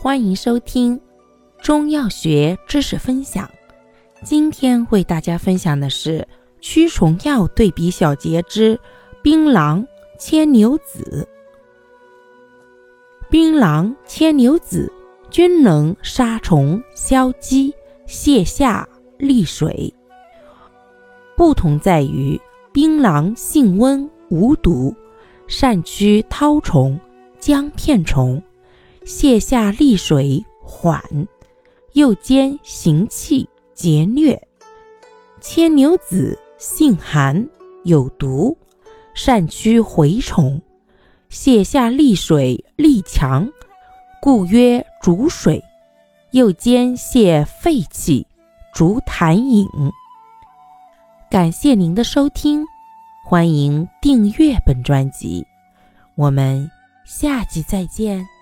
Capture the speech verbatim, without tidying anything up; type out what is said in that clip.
欢迎收听中药学知识分享。今天为大家分享的是驱虫药对比小节之槟榔、牵牛子。槟榔、牵牛子均能杀虫、消积、泻下、利水。不同在于槟榔性温无毒，善驱绦虫、姜片虫，泻下利水缓，又兼行气节疟。牵牛子性寒有毒，善驱蛔虫，泻下利水力强，故曰逐水，又兼泻肺气，逐痰饮。感谢您的收听，欢迎订阅本专辑，我们下集再见。